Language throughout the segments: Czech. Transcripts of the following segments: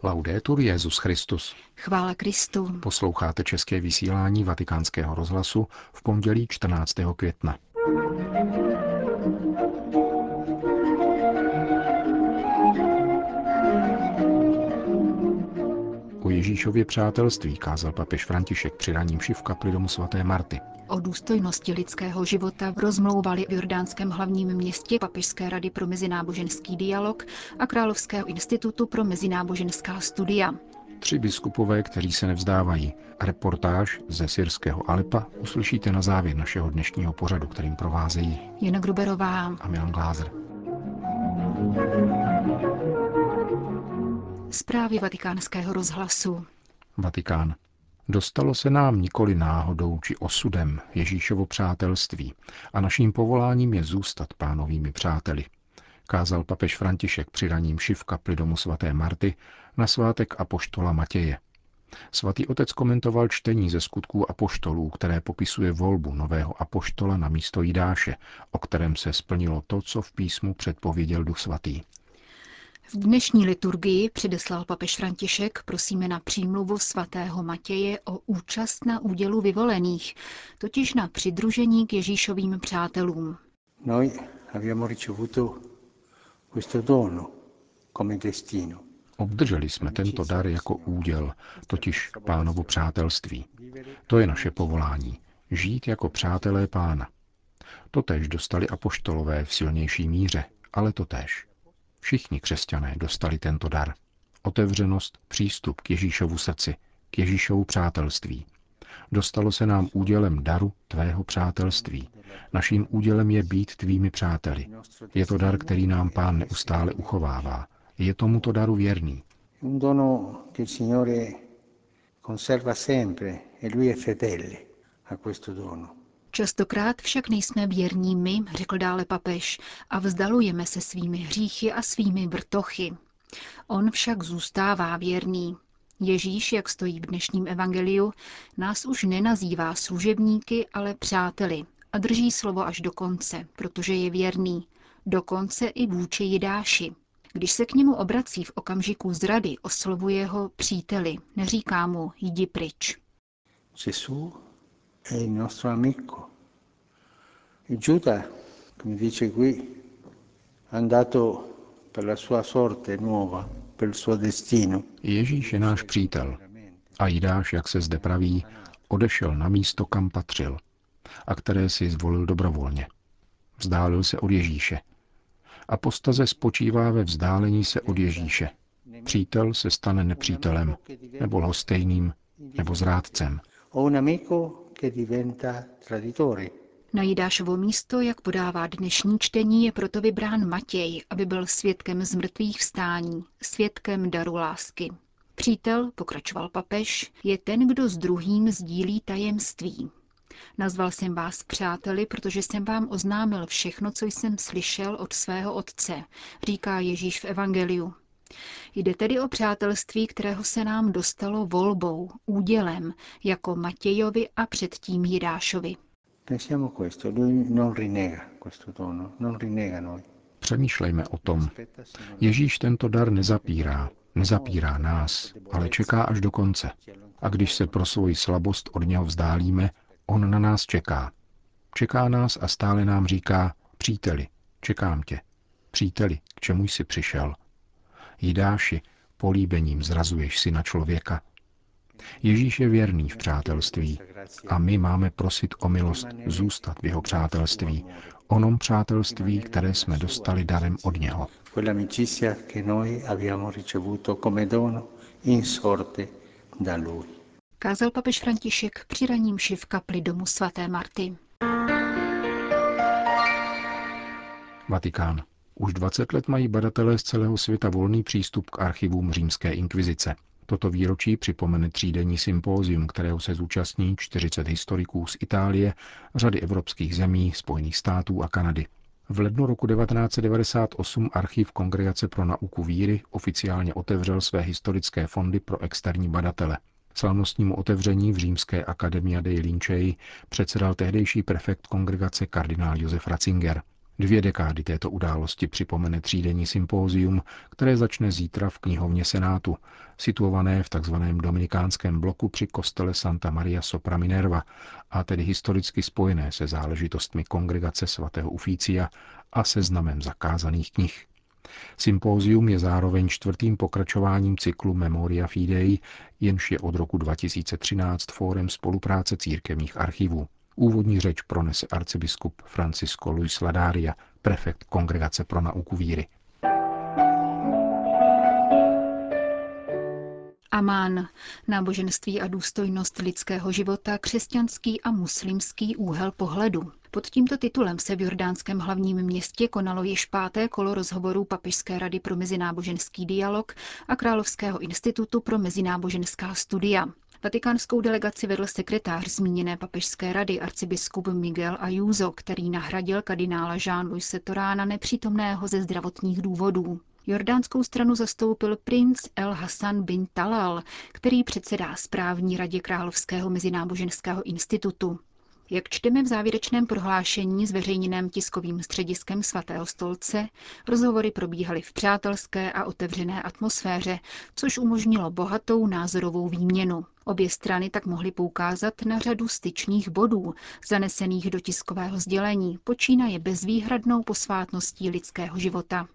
Laudetur Jesus Christus. Chvála Kristu. Posloucháte české vysílání Vatikánského rozhlasu v pondělí 14. května. O Ježíšově přátelství kázal papež František při raní mši v kapli domu svaté Marty. O důstojnosti lidského života rozmlouvali v jordánském hlavním městě Papežské rady pro mezináboženský dialog a Královského institutu pro mezináboženská studia. 3 biskupové, kteří se nevzdávají. Reportáž ze syrského Alepa uslyšíte na závěr našeho dnešního pořadu, kterým provázejí Jana Gruberová a Milan Glázer. Zprávy Vatikánského rozhlasu. Vatikán. Dostalo se nám nikoli náhodou či osudem Ježíšovo přátelství a naším povoláním je zůstat Pánovými přáteli, kázal papež František při raní mši v kapli domu svaté Marty na svátek apoštola Matěje. Svatý otec komentoval čtení ze Skutků apoštolů, které popisuje volbu nového apoštola na místo Jidáše, o kterém se splnilo to, co v písmu předpověděl Duch svatý. V dnešní liturgii předeslal papež František prosíme na přímluvu svatého Matěje o účast na údělu vyvolených, totiž na přidružení k Ježíšovým přátelům. Noi abbiamo ricevuto questo dono come destino. Obdrželi jsme tento dar jako úděl, totiž Pánovo přátelství. To je naše povolání, žít jako přátelé Pána. Totéž dostali apoštolové v silnější míře, ale totéž. Všichni křesťané dostali tento dar. Otevřenost, přístup k Ježíšovu srdci, k Ježíšovu přátelství. Dostalo se nám údělem daru tvého přátelství. Naším údělem je být tvými přáteli. Je to dar, který nám Pán neustále uchovává. Je tomuto daru věrný. Un dono che il Signore conserva sempre e lui è fedele a questo dono. Častokrát však nejsme věrní my, řekl dále papež, a vzdalujeme se svými hříchy a svými vrtochy. On však zůstává věrný. Ježíš, jak stojí v dnešním evangeliu, nás už nenazývá služebníky, ale přáteli a drží slovo až do konce, protože je věrný. Dokonce i vůči Jidáši. Když se k němu obrací v okamžiku zrady, oslovuje ho příteli, neříká mu jdi pryč. Gesù è il nostro amico. E Giuda, come dice qui, è andato per la sua sorte nuova, per il suo destino. Ježíš je náš přítel. A Jidáš, jak se zde praví, odešel na místo, kam patřil a které si zvolil dobrovolně. Vzdálil se od Ježíše. Apostaze spočívá ve vzdálení se od Ježíše. Přítel se stane nepřítelem, nebo lhostejným, nebo zrádcem. Na Jidášovo místo, jak podává dnešní čtení, je proto vybrán Matěj, aby byl svědkem zmrtvých vstání, svědkem daru lásky. Přítel, pokračoval papež, je ten, kdo s druhým sdílí tajemství. Nazval jsem vás přáteli, protože jsem vám oznámil všechno, co jsem slyšel od svého otce, říká Ježíš v evangeliu. Jde tedy o přátelství, kterého se nám dostalo volbou, údělem, jako Matějovi a předtím Jidášovi. Přemýšlejme o tom. Ježíš tento dar nezapírá nás, ale čeká až do konce. A když se pro svoji slabost od něho vzdálíme, on na nás čeká. Čeká nás a stále nám říká, příteli, čekám tě. Příteli, k čemu jsi přišel? Jidáši, políbením zrazuješ si na člověka. Ježíš je věrný v přátelství a my máme prosit o milost zůstat v jeho přátelství, onom přátelství, které jsme dostali darem od něho. Kázal papež František při raní mši v kapli domu svaté Marty. Vatikán. Už 20 let mají badatelé z celého světa volný přístup k archivům římské inkvizice. Toto výročí připomene 3denní sympózium, kterého se zúčastní 40 historiků z Itálie, řady evropských zemí, Spojených států a Kanady. V lednu roku 1998 archiv Kongregace pro nauku víry oficiálně otevřel své historické fondy pro externí badatele. Slavnostnímu otevření v římské Accademia dei Lincei předsedal tehdejší prefekt kongregace kardinál Josef Ratzinger. 2 dekády této události připomene 3denní sympózium, které začne zítra v knihovně Senátu, situované v tzv. Dominikánském bloku při kostele Santa Maria sopra Minerva, a tedy historicky spojené se záležitostmi kongregace svatého Ufícia a seznamem zakázaných knih. Sympózium je zároveň 4. pokračováním cyklu Memoria Fidei, jenž je od roku 2013 fórem spolupráce církevních archivů. Úvodní řeč pronese arcibiskup Francisco Luis Ladaria, prefekt Kongregace pro nauku víry. Amán. Náboženství a důstojnost lidského života, křesťanský a muslimský úhel pohledu. Pod tímto titulem se v jordánském hlavním městě konalo již 5. kolo rozhovorů Papežské rady pro mezináboženský dialog a Královského institutu pro mezináboženská studia. Vatikánskou delegaci vedl sekretář zmíněné Papežské rady arcibiskup Miguel Ayuso, který nahradil kardinála Jean-Louise Torána nepřítomného ze zdravotních důvodů. Jordánskou stranu zastoupil princ El Hassan bin Talal, který předsedá správní radě Královského mezináboženského institutu. Jak čteme v závěrečném prohlášení zveřejněném tiskovým střediskem Svatého stolce, rozhovory probíhaly v přátelské a otevřené atmosféře, což umožnilo bohatou názorovou výměnu. Obě strany tak mohly poukázat na řadu styčných bodů, zanesených do tiskového sdělení, počínaje bezvýhradnou posvátností lidského života.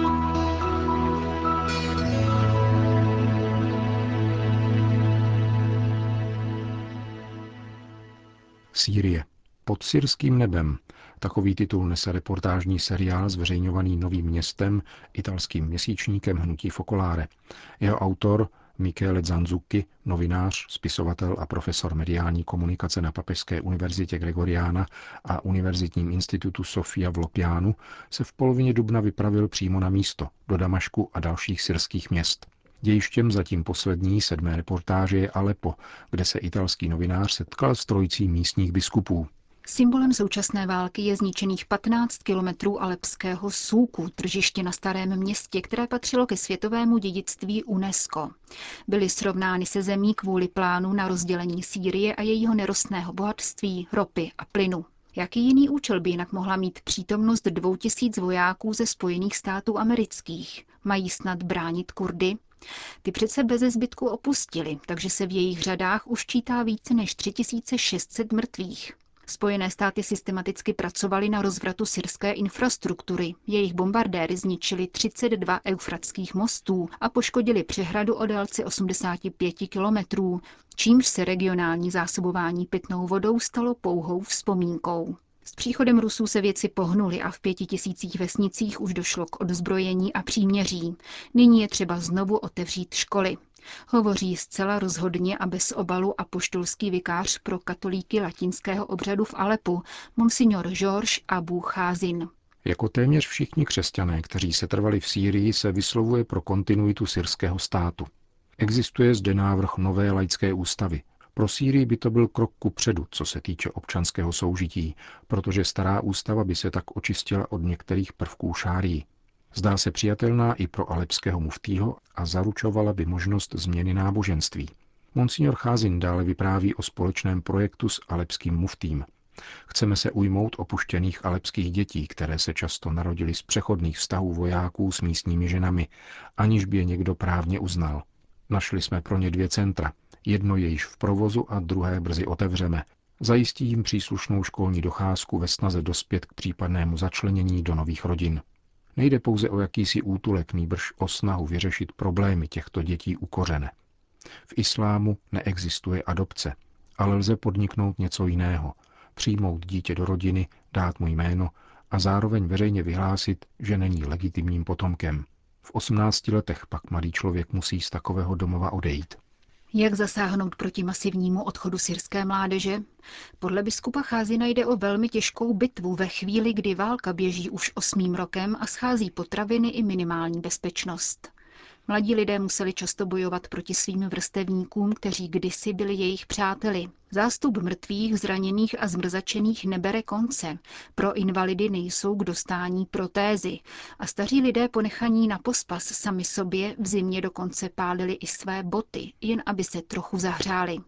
Sýrie. Pod syrským nebem. Takový titul nese reportážní seriál zveřejňovaný Novým městem, italským měsíčníkem Hnutí Focolare. Jeho autor Michele Zanzucchi, novinář, spisovatel a profesor mediální komunikace na Papežské univerzitě Gregoriana a Univerzitním institutu Sofia v Lopianu, se v polovině dubna vypravil přímo na místo, do Damašku a dalších syrských měst. Dějištěm zatím poslední 7. reportáže je Aleppo, kde se italský novinář setkal s trojicí místních biskupů. Symbolem současné války je zničených 15 kilometrů alepského Súku, tržiště na Starém městě, které patřilo ke světovému dědictví UNESCO. Byly srovnány se zemí kvůli plánu na rozdělení Sýrie a jejího nerostného bohatství, ropy a plynu. Jaký jiný účel by jinak mohla mít přítomnost 2000 vojáků ze Spojených států amerických? Mají snad bránit Kurdy? Ty přece beze zbytku opustili, takže se v jejich řadách už čítá více než 3600 mrtvých. Spojené státy systematicky pracovaly na rozvratu syrské infrastruktury. Jejich bombardéry zničily 32 eufratských mostů a poškodili přehradu o délce 85 kilometrů, čímž se regionální zásobování pitnou vodou stalo pouhou vzpomínkou. S příchodem Rusů se věci pohnuly a v 5000 vesnicích už došlo k odzbrojení a příměří. Nyní je třeba znovu otevřít školy. Hovoří zcela rozhodně a bez obalu apoštolský vikář pro katolíky latinského obřadu v Aleppu, monsignor Georges Abu Cházin. Jako téměř všichni křesťané, kteří se trvali v Sýrii, se vyslovuje pro kontinuitu syrského státu. Existuje zde návrh nové laické ústavy. Pro Sýrii by to byl krok kupředu, co se týče občanského soužití, protože stará ústava by se tak očistila od některých prvků šárii. Zdá se přijatelná i pro alepského muftího a zaručovala by možnost změny náboženství. Monsignor Cházin dále vypráví o společném projektu s alepským muftím. Chceme se ujmout opuštěných alepských dětí, které se často narodily z přechodných vztahů vojáků s místními ženami, aniž by je někdo právně uznal. Našli jsme pro ně 2 centra. Jedno je již v provozu a druhé brzy otevřeme. Zajistí jim příslušnou školní docházku ve snaze dospět k případnému začlenění do nových rodin. Nejde pouze o jakýsi útulek, nýbrž o snahu vyřešit problémy těchto dětí u kořene. V islámu neexistuje adopce, ale lze podniknout něco jiného. Přijmout dítě do rodiny, dát mu jméno a zároveň veřejně vyhlásit, že není legitimním potomkem. V 18 letech pak mladý člověk musí z takového domova odejít. Jak zasáhnout proti masivnímu odchodu syrské mládeže? Podle biskupa Cházina jde o velmi těžkou bitvu ve chvíli, kdy válka běží už 8. rokem a schází potraviny i minimální bezpečnost. Mladí lidé museli často bojovat proti svým vrstevníkům, kteří kdysi byli jejich přáteli. Zástup mrtvých, zraněných a zmrzačených nebere konce. Pro invalidy nejsou k dostání protézy. A staří lidé ponechaní na pospas sami sobě v zimě dokonce pálili i své boty, jen aby se trochu zahřáli.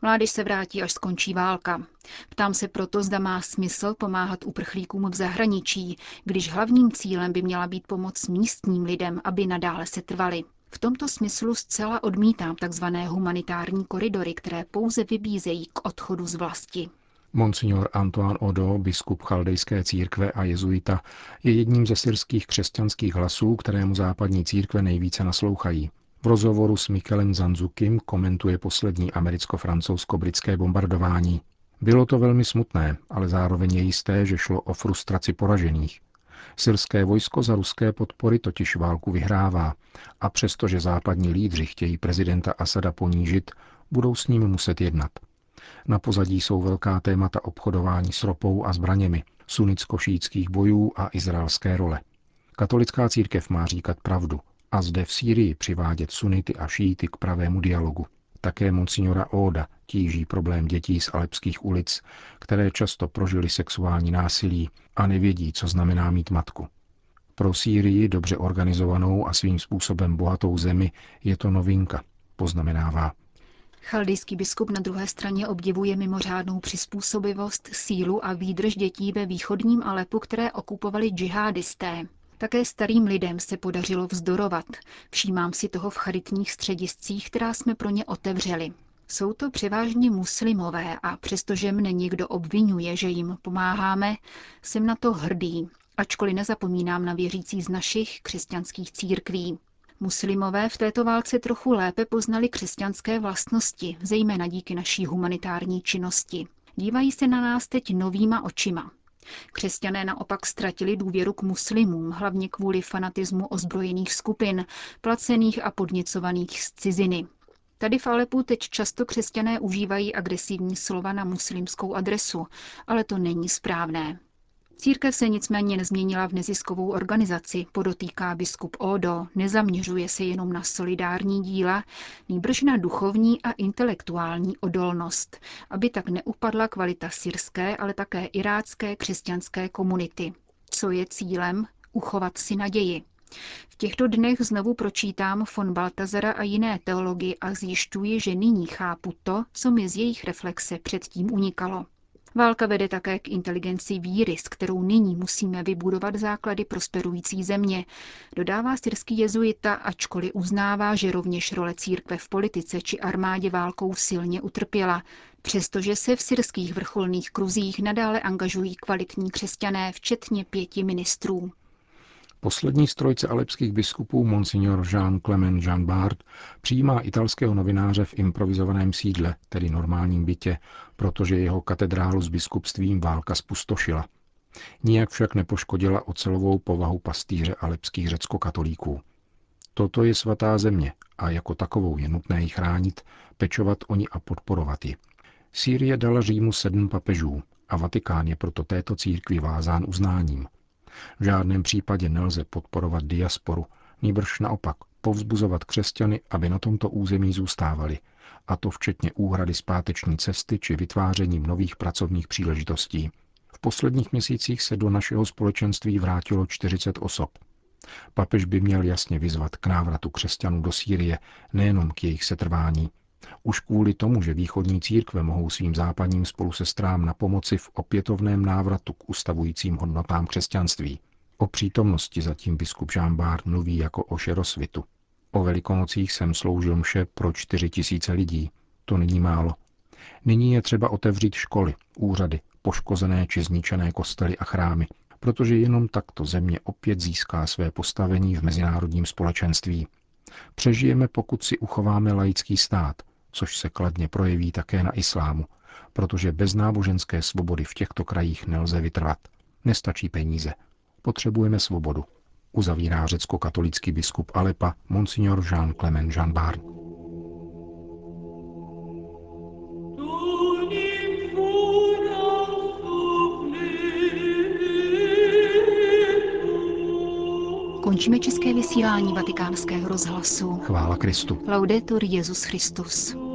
Mládež se vrátí, až skončí válka. Ptám se proto, zda má smysl pomáhat uprchlíkům v zahraničí, když hlavním cílem by měla být pomoc místním lidem, aby nadále se trvali. V tomto smyslu zcela odmítám tzv. Humanitární koridory, které pouze vybízejí k odchodu z vlasti. Monsignor Antoine Odo, biskup chaldejské církve a jezuita, je jedním ze syrských křesťanských hlasů, kterému západní církve nejvíce naslouchají. V rozhovoru s Michelem Zanzukim komentuje poslední americko-francouzsko-britské bombardování. Bylo to velmi smutné, ale zároveň je jisté, že šlo o frustraci poražených. Syrské vojsko za ruské podpory totiž válku vyhrává a přestože západní lídři chtějí prezidenta Asada ponížit, budou s ním muset jednat. Na pozadí jsou velká témata obchodování s ropou a zbraněmi, sunnicko-šítských bojů a izraelské role. Katolická církev má říkat pravdu a zde v Sýrii přivádět sunity a šíity k pravému dialogu. Také monsignora Oda tíží problém dětí z alepských ulic, které často prožily sexuální násilí a nevědí, co znamená mít matku. Pro Sýrii, dobře organizovanou a svým způsobem bohatou zemi, je to novinka, poznamenává. Chaldejský biskup na druhé straně obdivuje mimořádnou přizpůsobivost, sílu a výdrž dětí ve východním Alepu, které okupovali džihádisté. Také starým lidem se podařilo vzdorovat. Všímám si toho v charitních střediscích, která jsme pro ně otevřeli. Jsou to převážně muslimové a přestože mne někdo obvinuje, že jim pomáháme, jsem na to hrdý, ačkoliv nezapomínám na věřící z našich křesťanských církví. Muslimové v této válce trochu lépe poznali křesťanské vlastnosti, zejména díky naší humanitární činnosti. Dívají se na nás teď novýma očima. Křesťané naopak ztratili důvěru k muslimům, hlavně kvůli fanatismu ozbrojených skupin, placených a podněcovaných z ciziny. Tady v Alepu teď často křesťané užívají agresivní slova na muslimskou adresu, ale to není správné. Církev se nicméně nezměnila v neziskovou organizaci, podotýká biskup Odo, nezaměřuje se jenom na solidární díla, nýbrž na duchovní a intelektuální odolnost, aby tak neupadla kvalita syrské, ale také irácké křesťanské komunity. Co je cílem? Uchovat si naději. V těchto dnech znovu pročítám von Baltazara a jiné teology a zjišťuji, že nyní chápu to, co mi z jejich reflexe předtím unikalo. Válka vede také k inteligenci víry, s kterou nyní musíme vybudovat základy prosperující země, dodává syrský jezuita, ačkoliv uznává, že rovněž role církve v politice či armádě válkou silně utrpěla, přestože se v syrských vrcholných kruzích nadále angažují kvalitní křesťané, včetně 5 ministrů. Poslední z trojce alepských biskupů monsignor Jean-Clement Jean Bart přijímá italského novináře v improvizovaném sídle, tedy normálním bytě, protože jeho katedrálu s biskupstvím válka zpustošila. Nijak však nepoškodila ocelovou povahu pastýře alepských řeckokatolíků. Toto je svatá země a jako takovou je nutné ji chránit, pečovat o ni a podporovat ji. Sýrie dala Římu 7 papežů a Vatikán je proto této církvi vázán uznáním. V žádném případě nelze podporovat diasporu, nýbrž naopak povzbuzovat křesťany, aby na tomto území zůstávali, a to včetně úhrady zpáteční cesty či vytvářením nových pracovních příležitostí. V posledních měsících se do našeho společenství vrátilo 40 osob. Papež by měl jasně vyzvat k návratu křesťanů do Sýrie, nejenom k jejich setrvání. Už kvůli tomu, že východní církve mohou svým západním spolusestrám na pomoci v opětovném návratu k ustavujícím hodnotám křesťanství. O přítomnosti zatím biskup Jean Bart mluví jako o šerosvitu. O Velikonocích jsem sloužil mše pro 4 000 lidí. To není málo. Nyní je třeba otevřít školy, úřady, poškozené či zničené kostely a chrámy, protože jenom takto země opět získá své postavení v mezinárodním společenství. Přežijeme, pokud si uchováme laický stát, což se kladně projeví také na islámu, protože bez náboženské svobody v těchto krajích nelze vytrvat. Nestačí peníze. Potřebujeme svobodu. Uzavírá řecko-katolický biskup Alepa monsignor Jean-Clement Jean Bart. Končíme české vysílání Vatikánského rozhlasu. Chvála Kristu. Laudetur Jesus Christus.